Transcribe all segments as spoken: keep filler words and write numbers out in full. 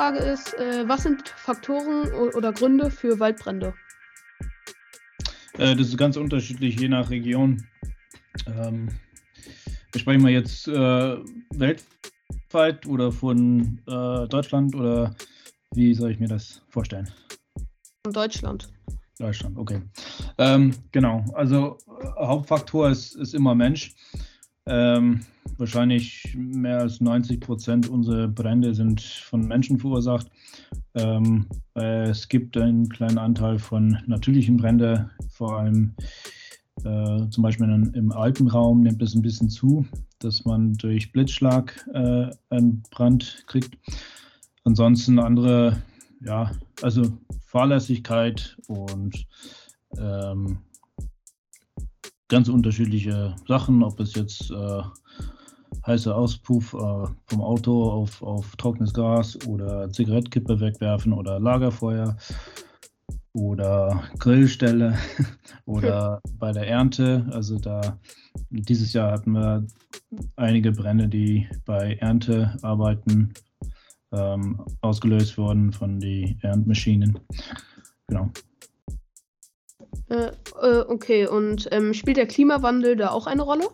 Frage ist, äh, was sind Faktoren o- oder Gründe für Waldbrände? Äh, das ist ganz unterschiedlich, je nach Region. Ähm, sprechen wir jetzt äh, weltweit oder von äh, Deutschland oder wie soll ich mir das vorstellen? In Deutschland. Deutschland, okay. Ähm, genau, also äh, Hauptfaktor ist, ist immer Mensch. Ähm, wahrscheinlich mehr als neunzig Prozent unserer Brände sind von Menschen verursacht. Ähm, äh, es gibt einen kleinen Anteil von natürlichen Bränden, vor allem äh, zum Beispiel in, im Alpenraum nimmt es ein bisschen zu, dass man durch Blitzschlag äh, einen Brand kriegt. Ansonsten andere, ja, also Fahrlässigkeit und ähm, ganz unterschiedliche Sachen, ob es jetzt äh, heißer Auspuff äh, vom Auto auf, auf trockenes Gas oder Zigarettenkippe wegwerfen oder Lagerfeuer oder Grillstelle oder bei der Ernte. Also da dieses Jahr hatten wir einige Brände, die bei Erntearbeiten ähm, ausgelöst wurden von den Erntmaschinen. Genau. Äh, äh, okay, und ähm, spielt der Klimawandel da auch eine Rolle?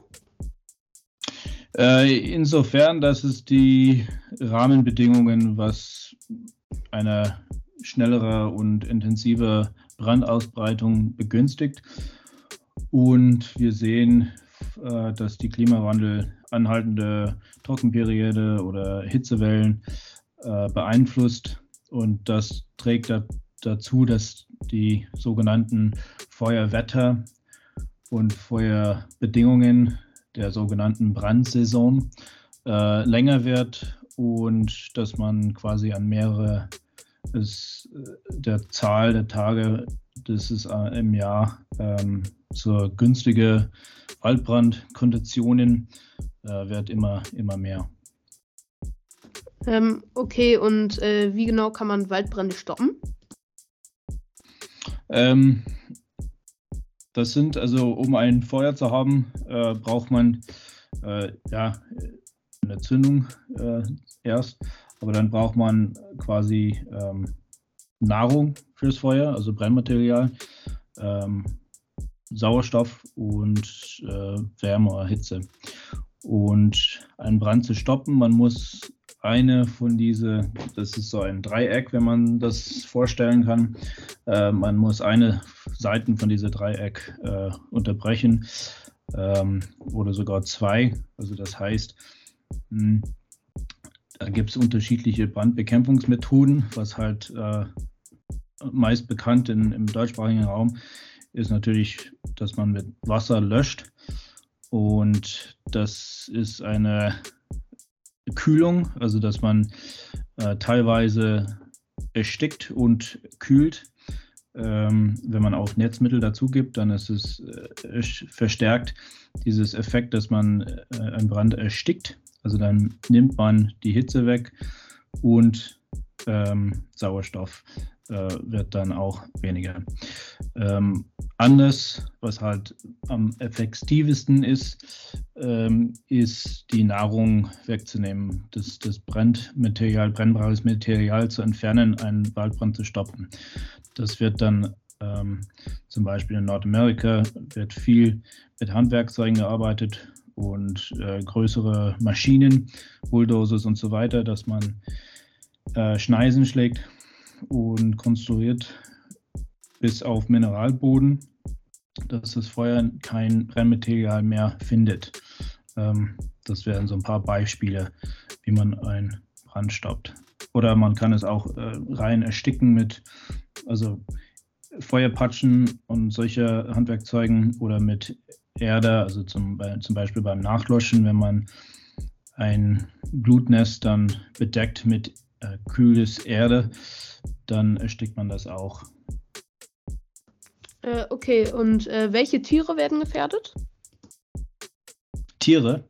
Äh, insofern, dass es die Rahmenbedingungen, was eine schnellere und intensive Brandausbreitung begünstigt. Und wir sehen, äh, dass die Klimawandel anhaltende Trockenperiode oder Hitzewellen äh, beeinflusst. Und das trägt da, dazu, dass die sogenannten Feuerwetter und Feuerbedingungen der sogenannten Brandsaison äh, länger wird und dass man quasi an mehrere ist, der Zahl der Tage, das ist äh, im Jahr ähm, zur günstige Waldbrandkonditionen äh, wird immer, immer mehr. Ähm, okay, und äh, wie genau kann man Waldbrände stoppen? Ähm, das sind also, um ein Feuer zu haben, äh, braucht man äh, ja, eine Zündung äh, erst, aber dann braucht man quasi ähm, Nahrung fürs Feuer, also Brennmaterial, ähm, Sauerstoff und äh, Wärme oder Hitze. Und einen Brand zu stoppen, man muss eine von diese, das ist so ein Dreieck, wenn man das vorstellen kann, äh, man muss eine Seite von diesem Dreieck äh, unterbrechen ähm, oder sogar zwei. Also das heißt, mh, da gibt es unterschiedliche Brandbekämpfungsmethoden, was halt äh, meist bekannt in, im deutschsprachigen Raum ist natürlich, dass man mit Wasser löscht. Und das ist eine Kühlung, also dass man äh, teilweise erstickt und kühlt. Ähm, wenn man auch Netzmittel dazu gibt, dann ist es äh, verstärkt dieses Effekt, dass man äh, einen Brand erstickt. Also dann nimmt man die Hitze weg und ähm, Sauerstoff äh, wird dann auch weniger. Ähm, anders, was halt am effektivsten ist, ähm, ist die Nahrung wegzunehmen, das, das Brennmaterial, brennbares Material zu entfernen, einen Waldbrand zu stoppen. Das wird dann ähm, zum Beispiel in Nordamerika wird viel mit Handwerkszeugen gearbeitet und äh, größere Maschinen, Bulldozers und so weiter, dass man äh, Schneisen schlägt und konstruiert bis auf Mineralboden, dass das Feuer kein Brennmaterial mehr findet. Ähm, das wären so ein paar Beispiele, wie man einen Brand stoppt. Oder man kann es auch äh, rein ersticken mit also Feuerpatschen und solche Handwerkszeugen oder mit Erde, also zum, zum Beispiel beim Nachlöschen, wenn man ein Glutnest dann bedeckt mit äh, kühles Erde, dann erstickt man das auch. Äh, okay, und äh, welche Tiere werden gefährdet? Tiere?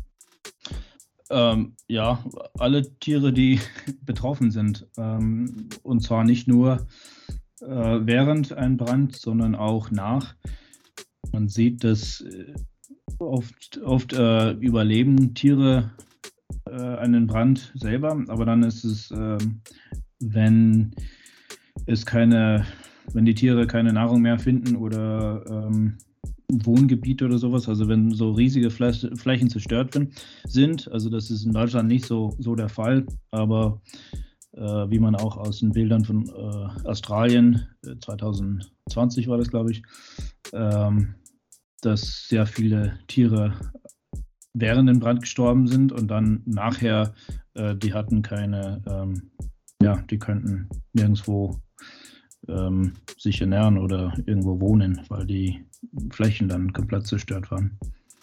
Ähm, ja, alle Tiere, die betroffen sind. Ähm, und zwar nicht nur äh, während ein Brand, sondern auch nach. Man sieht, dass oft, oft äh, überleben Tiere äh, äh, einen Brand selber, aber dann ist es, äh, wenn es keine, wenn die Tiere keine Nahrung mehr finden oder ähm, Wohngebiete oder sowas, also wenn so riesige Fläche, Flächen zerstört sind, also das ist in Deutschland nicht so, so der Fall, aber äh, wie man auch aus den Bildern von äh, Australien, äh, zwanzig zwanzig war das, glaube ich, ähm, dass sehr viele Tiere während dem Brand gestorben sind und dann nachher, äh, die hatten keine, ähm, ja, die könnten nirgendwo ähm, sich ernähren oder irgendwo wohnen, weil die Flächen dann komplett zerstört waren.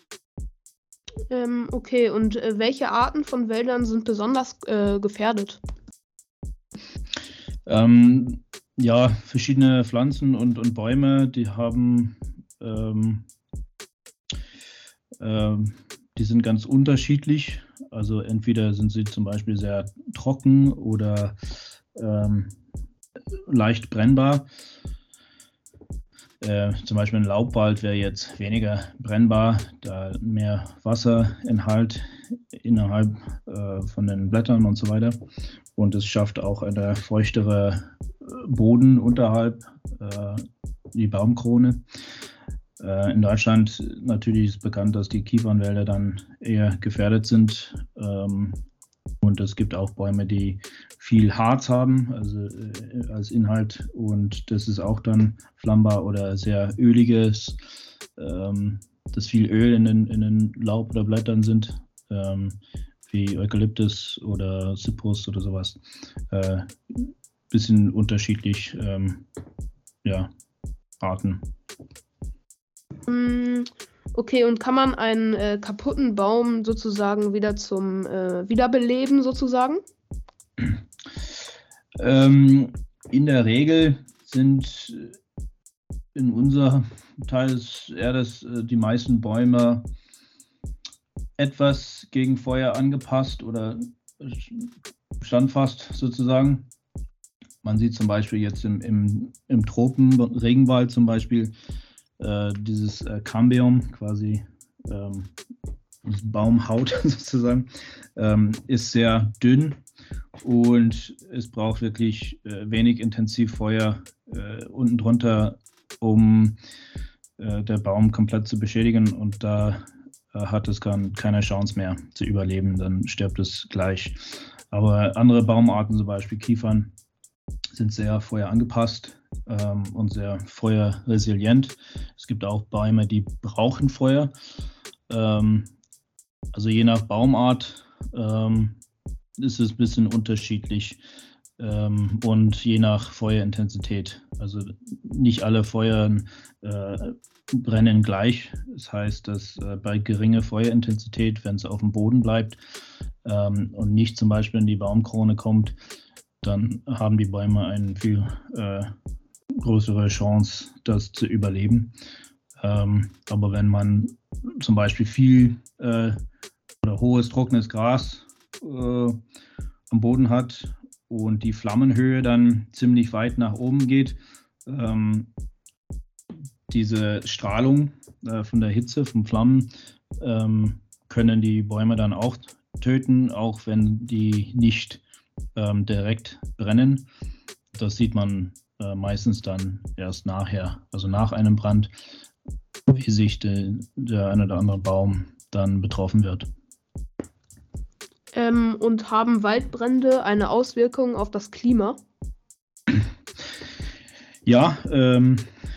Ähm, okay, und äh, welche Arten von Wäldern sind besonders äh, gefährdet? Ähm, ja, verschiedene Pflanzen und, und Bäume, die haben, ähm, ähm, die sind ganz unterschiedlich. Also entweder sind sie zum Beispiel sehr trocken oder ähm, leicht brennbar. Äh, zum Beispiel ein Laubwald wäre jetzt weniger brennbar, da mehr Wasserinhalt innerhalb äh, von den Blättern und so weiter. Und es schafft auch eine feuchtere Boden unterhalb äh, die Baumkrone. Äh, in Deutschland natürlich ist bekannt, dass die Kiefernwälder dann eher gefährdet sind. Ähm, und es gibt auch Bäume, die viel Harz haben, also äh, als Inhalt. Und das ist auch dann flammbar oder sehr öliges, ähm, dass viel Öl in den, in den Laub oder Blättern sind, ähm, wie Eukalyptus oder Cyprus oder sowas. Äh, bisschen unterschiedlich, ähm, ja, Arten. Okay, und kann man einen äh, kaputten Baum sozusagen wieder zum äh, Wiederbeleben sozusagen? Ähm, in der Regel sind in unser Teil des Erdes äh, die meisten Bäume etwas gegen Feuer angepasst oder standfast sozusagen. Man sieht zum Beispiel jetzt im, im, im Tropenregenwald zum Beispiel äh, dieses äh, Cambium, quasi ähm, Baumhaut sozusagen, ähm, ist sehr dünn und es braucht wirklich äh, wenig Intensivfeuer äh, unten drunter, um äh, der Baum komplett zu beschädigen, und da äh, hat es kann, keine Chance mehr zu überleben, dann stirbt es gleich. Aber andere Baumarten, zum Beispiel Kiefern, sind sehr feuerangepasst ähm, und sehr feuerresilient. Es gibt auch Bäume, die brauchen Feuer. Ähm, also je nach Baumart ähm, ist es ein bisschen unterschiedlich ähm, und je nach Feuerintensität. Also nicht alle Feuer äh, brennen gleich. Das heißt, dass äh, bei geringer Feuerintensität, wenn es auf dem Boden bleibt ähm, und nicht zum Beispiel in die Baumkrone kommt, dann haben die Bäume eine viel äh, größere Chance, das zu überleben. Ähm, aber wenn man zum Beispiel viel äh, oder hohes, trockenes Gras äh, am Boden hat und die Flammenhöhe dann ziemlich weit nach oben geht, ähm, diese Strahlung äh, von der Hitze, von Flammen, ähm, können die Bäume dann auch töten, auch wenn die nicht ähm, direkt brennen. Das sieht man äh, meistens dann erst nachher, also nach einem Brand, wie sich de, der eine oder andere Baum dann betroffen wird. Ähm, und haben Waldbrände eine Auswirkung auf das Klima? Ja, ähm,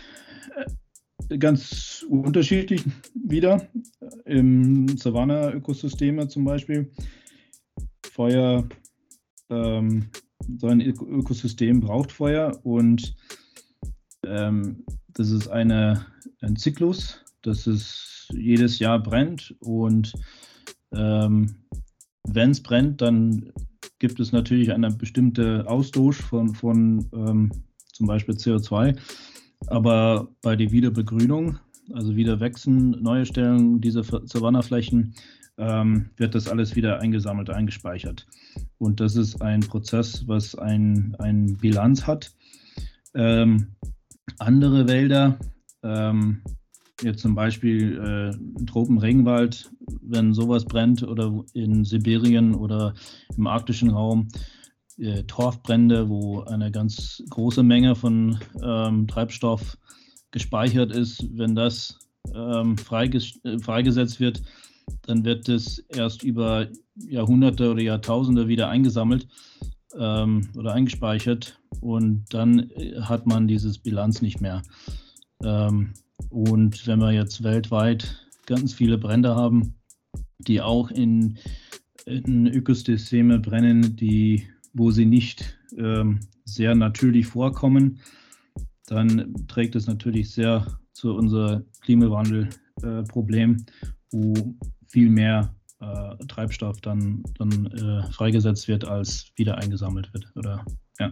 ganz unterschiedlich wieder. Im Savanne-Ökosysteme zum Beispiel. Feuer, ähm, so ein Ökosystem braucht Feuer, und ähm, das ist eine, ein Zyklus, dass es jedes Jahr brennt, und ähm, wenn es brennt, dann gibt es natürlich eine bestimmte Ausstoß von, von ähm, zum Beispiel C O zwei, aber bei der Wiederbegrünung, also Wiederwachsen, Neuerstellung dieser Savannaflächen, ähm, wird das alles wieder eingesammelt, eingespeichert. Und das ist ein Prozess, was ein, ein Bilanz hat. Ähm, andere Wälder, ähm, jetzt zum Beispiel äh, ein Tropenregenwald, wenn sowas brennt, oder in Sibirien oder im arktischen Raum, äh, Torfbrände, wo eine ganz große Menge von ähm, Treibstoff gespeichert ist, wenn das ähm, freiges äh, freigesetzt wird, dann wird es erst über Jahrhunderte oder Jahrtausende wieder eingesammelt ähm, oder eingespeichert, und dann hat man dieses Bilanz nicht mehr. Ähm, und wenn wir jetzt weltweit ganz viele Brände haben, die auch in, in Ökosysteme brennen, die, wo sie nicht ähm, sehr natürlich vorkommen, dann trägt es natürlich sehr zu unserem Klimawandelproblem, äh, wo viel mehr äh, Treibstoff dann, dann äh, freigesetzt wird, als wieder eingesammelt wird. Oder, ja.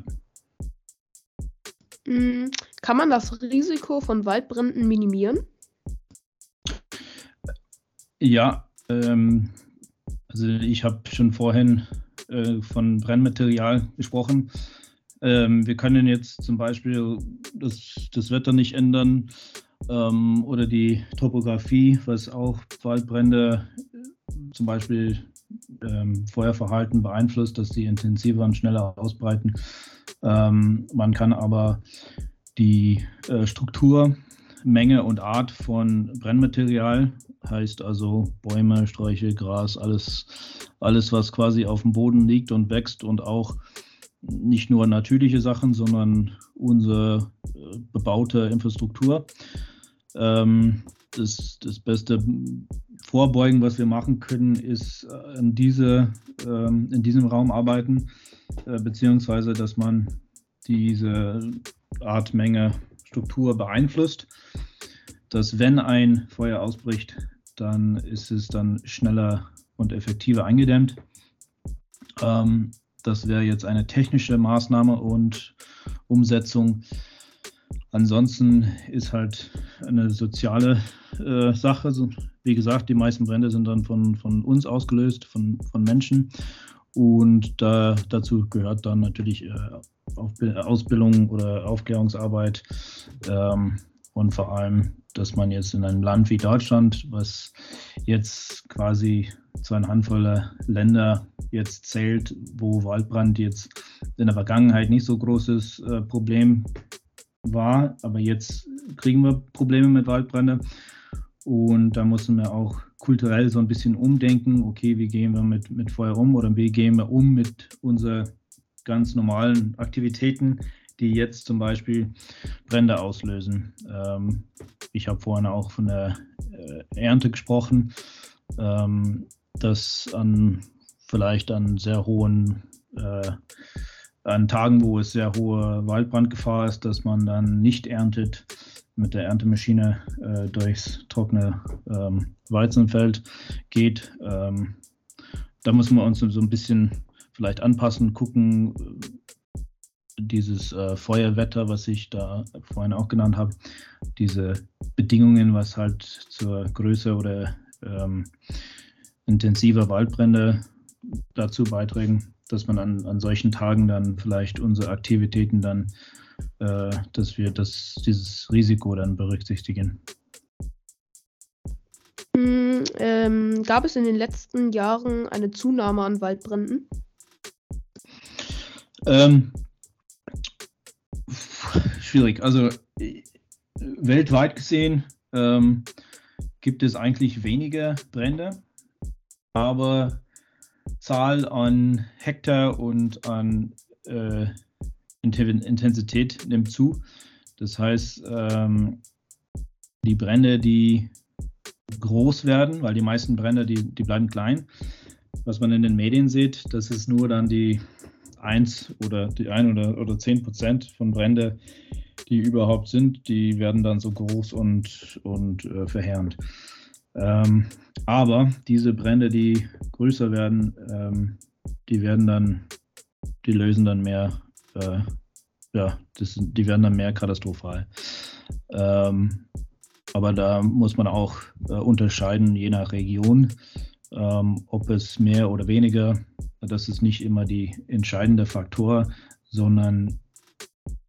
Kann man das Risiko von Waldbränden minimieren? Ja, ähm, also ich habe schon vorhin äh, von Brennmaterial gesprochen. Ähm, wir können jetzt zum Beispiel das, das Wetter nicht ändern ähm, oder die Topografie, was auch Waldbrände zum Beispiel ähm, Feuerverhalten beeinflusst, dass die intensiver und schneller ausbreiten. Ähm, man kann aber die äh, Struktur, Menge und Art von Brennmaterial, heißt also Bäume, Sträuche, Gras, alles, alles, was quasi auf dem Boden liegt und wächst, und auch nicht nur natürliche Sachen, sondern unsere äh, bebaute Infrastruktur. Ähm, das, das beste Vorbeugen, was wir machen können, ist äh, in, diese, äh, in diesem Raum arbeiten, äh, beziehungsweise dass man diese Art, Menge, Struktur beeinflusst, dass wenn ein Feuer ausbricht, dann ist es dann schneller und effektiver eingedämmt. Ähm, das wäre jetzt eine technische Maßnahme und Umsetzung. Ansonsten ist halt eine soziale äh, Sache. So, wie gesagt, die meisten Brände sind dann von, von uns ausgelöst, von, von Menschen. Und da, dazu gehört dann natürlich äh, Ausbildung oder Aufklärungsarbeit ähm, und vor allem, dass man jetzt in einem Land wie Deutschland, was jetzt quasi zu einer Handvoll Länder jetzt zählt, wo Waldbrand jetzt in der Vergangenheit nicht so großes äh, Problem war, aber jetzt kriegen wir Probleme mit Waldbränden, und da müssen wir auch kulturell so ein bisschen umdenken. Okay, wie gehen wir mit, mit Feuer um, oder wie gehen wir um mit unseren ganz normalen Aktivitäten, die jetzt zum Beispiel Brände auslösen. Ähm, ich habe vorhin auch von der äh, Ernte gesprochen, ähm, dass an vielleicht an sehr hohen äh, an Tagen, wo es sehr hohe Waldbrandgefahr ist, dass man dann nicht erntet, mit der Erntemaschine äh, durchs trockene ähm, Weizenfeld geht. Ähm, da müssen wir uns so ein bisschen vielleicht anpassen, gucken, dieses äh, Feuerwetter, was ich da vorhin auch genannt habe, diese Bedingungen, was halt zur Größe oder ähm, intensiver Waldbrände dazu beitragen, dass man an, an solchen Tagen dann vielleicht unsere Aktivitäten dann, äh, dass wir das, dieses Risiko dann berücksichtigen. Ähm, gab es in den letzten Jahren eine Zunahme an Waldbränden? Ähm, schwierig. Also äh, weltweit gesehen ähm, gibt es eigentlich weniger Brände, aber Zahl an Hektar und an äh, Intensität nimmt zu. Das heißt, ähm, die Brände, die groß werden, weil die meisten Brände, die, die bleiben klein. Was man in den Medien sieht, das ist nur dann die eins oder die ein oder, oder zehn Prozent von Brände, die überhaupt sind, die werden dann so groß und, und äh, verheerend. Ähm, aber diese Brände, die größer werden, ähm, die werden dann, die lösen dann mehr, äh, ja, das, die werden dann mehr katastrophal. Ähm, aber da muss man auch äh, unterscheiden, je nach Region, ähm, ob es mehr oder weniger, das ist nicht immer die entscheidende Faktor, sondern im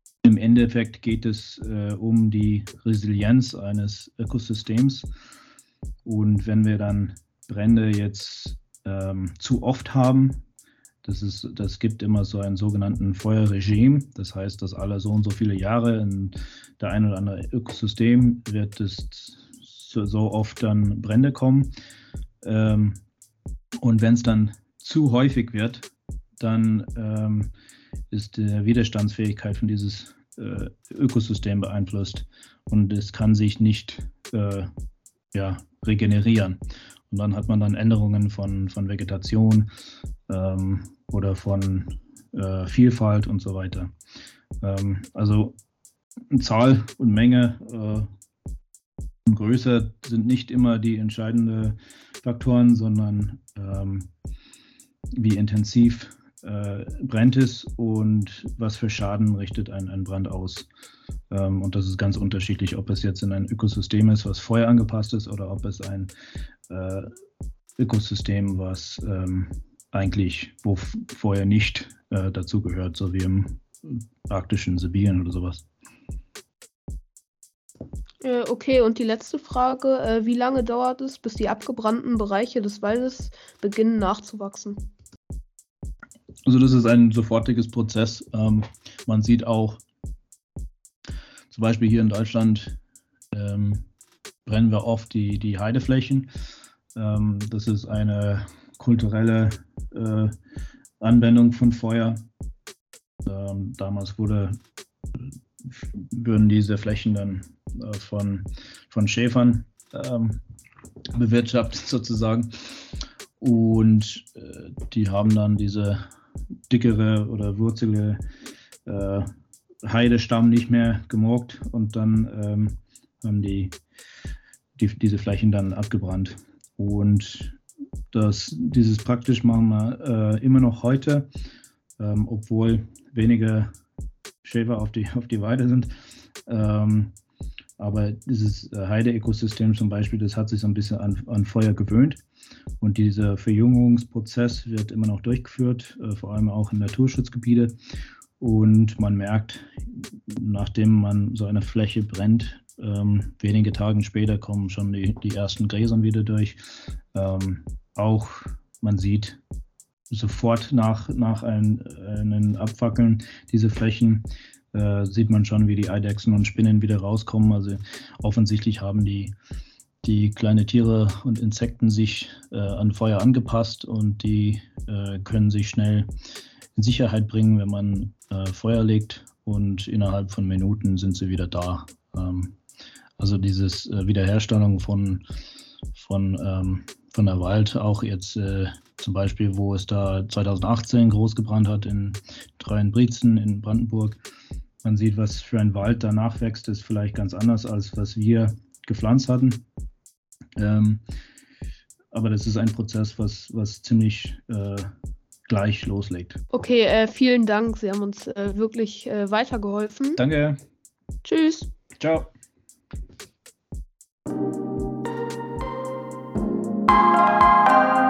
Endeffekt geht es äh, um die Resilienz eines Ökosystems. Und wenn wir dann Brände jetzt ähm, zu oft haben, das, ist, das gibt immer so einen sogenannten Feuerregime. Das heißt, dass alle so und so viele Jahre in der ein oder andere Ökosystem wird es so, so oft dann Brände kommen. Ähm, und wenn es dann zu häufig wird, dann ähm, ist die Widerstandsfähigkeit von dieses äh, Ökosystem beeinflusst und es kann sich nicht äh, ja, regenerieren. Und dann hat man dann Änderungen von, von Vegetation ähm, oder von äh, Vielfalt und so weiter. Ähm, also Zahl und Menge äh, und Größe sind nicht immer die entscheidenden Faktoren, sondern ähm, wie intensiv äh, brennt es und was für Schaden richtet ein, ein Brand aus. Ähm, und das ist ganz unterschiedlich, ob es jetzt in ein Ökosystem ist, was Feuer angepasst ist, oder ob es ein äh, Ökosystem, was ähm, eigentlich, wo Feuer nicht äh, dazugehört, so wie im arktischen Sibirien oder sowas. Äh, okay, und die letzte Frage, äh, wie lange dauert es, bis die abgebrannten Bereiche des Waldes beginnen nachzuwachsen? Also das ist ein sofortiges Prozess. Ähm, man sieht auch, zum Beispiel hier in Deutschland ähm, brennen wir oft die, die Heideflächen. Ähm, das ist eine kulturelle äh, Anwendung von Feuer. Ähm, damals wurde, würden diese Flächen dann äh, von, von Schäfern ähm, bewirtschaftet sozusagen. Und äh, die haben dann diese dickere oder wurzelige äh, Heidestamm nicht mehr gemorgt und dann ähm, haben die, die diese Flächen dann abgebrannt. Und das, dieses praktisch machen wir äh, immer noch heute, ähm, obwohl weniger Schäfer auf die, auf die Weide sind. Ähm, aber dieses Heide-Ökosystem zum Beispiel, das hat sich so ein bisschen an, an Feuer gewöhnt. Und dieser Verjüngungsprozess wird immer noch durchgeführt, äh, vor allem auch in Naturschutzgebiete. Und man merkt, nachdem man so eine Fläche brennt, ähm, wenige Tage später kommen schon die, die ersten Gräser wieder durch. Ähm, auch man sieht sofort nach, nach einem ein Abfackeln dieser Flächen, äh, sieht man schon, wie die Eidechsen und Spinnen wieder rauskommen. Also offensichtlich haben die die kleine Tiere und Insekten sich äh, an Feuer angepasst und die äh, können sich schnell in Sicherheit bringen, wenn man äh, Feuer legt, und innerhalb von Minuten sind sie wieder da. Ähm, also dieses äh, Wiederherstellung von, von, ähm, von der Wald, auch jetzt äh, zum Beispiel, wo es da zweitausendachtzehn groß gebrannt hat in Treuenbrietzen in Brandenburg. Man sieht, was für ein Wald danach wächst, ist vielleicht ganz anders, als was wir gepflanzt hatten. Ähm, aber das ist ein Prozess, was, was ziemlich äh, gleich loslegt. Okay, äh, vielen Dank. Sie haben uns äh, wirklich äh, weitergeholfen. Danke. Tschüss. Ciao. Thank you.